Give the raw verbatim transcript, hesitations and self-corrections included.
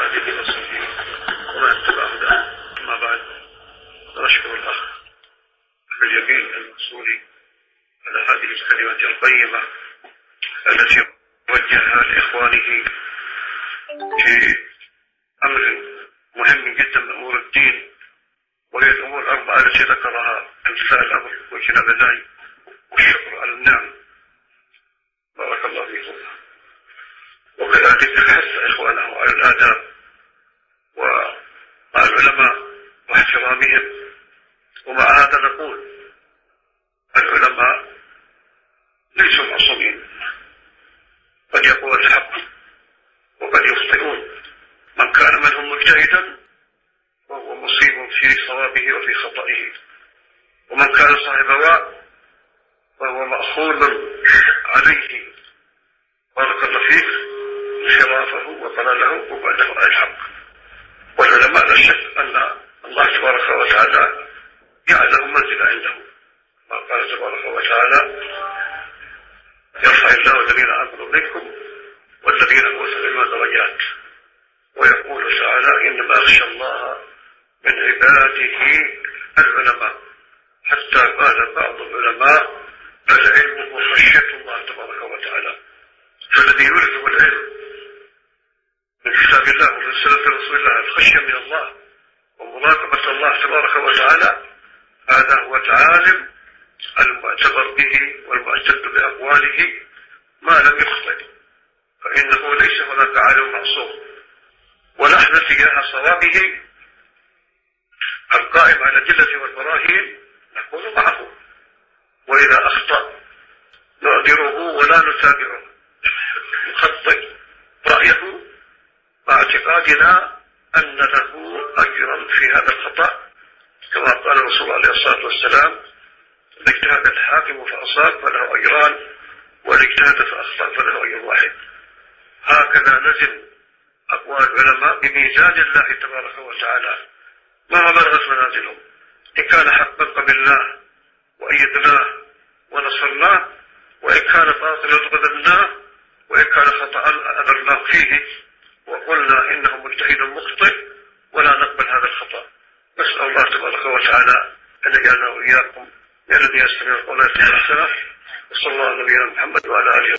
آله وصحبه ومن اتبع هداه. أما بعد، نشكر الأخ باليمين المنصوري على هذه الكلمة القيمة التي وجهها لإخوانه في أمر مهم جدا من أمور الدين، وهي الأمور الأربعة التي ذكرها امتثال الأمر واجتناب النهي والشكر على النعم. بارك الله فيكم. وكذلك حث إخوانه على الآداب ومع العلماء واحترامهم. ومع هذا نقول العلماء ليسوا معصومين، قد يقول الحق وقد يخطئون. من كان منهم مجتهدا وهو مصيب في صوابه وفي خطئه، ومن كان صاحب هوى وهو مأخوذ عليه بارك الله فيك انحرافه وضلاله وبعده عن الحق. والعلماء لا شك أن الله تبارك وتعالى يعلم منزل عنده، ما قال تبارك وتعالى: يرفع الله الذين آمنوا منكم والذين أوتوا العلم درجات. ويقول تعالى: إنما يخشى الله من عباده العلماء. حتى قال بعض العلماء: العلم وخشية الله تبارك وتعالى. فالذي يورث العلم من كتاب الله ومن سنة رسول الله الخشية من الله ومراقبة الله تبارك وتعالى، هذا هو العالم المعتبر به والمعتد بأقواله ما لم يخطئ، فإنه ليس هناك عالم معصوم. ونحن تجاه صوابه القائم على الأدلة والبراهين نكون معه، وإذا أخطأ نعذره ولا نتابعه، نخطئ رأيه مع اعتقادنا أن له أجرا في هذا الخطأ، كما قال الرسول عليه الصلاة والسلام: إذا اجتهد الحاكم فأصاب فله أجران، وإذا اجتهد فأخطأ فله أجر واحد. هكذا نزل أقوال العلماء بميزان الله تبارك وتعالى مهما بلغت منازلهم. إن كان حقا قبلناه وأيدناه ونصرناه، وإن كان باطلا قبلناه، وإن كان خطأ أذرناه فيه وقلنا إنه مجتهد مخطئ ولا نقبل هذا الخطأ. نسأل الله تبارك وتعالى أن يجعلنا وإياكم من الذين يستمعون القول فيتبعون أحسنه. وصلى الله على نبينا محمد وعلى آله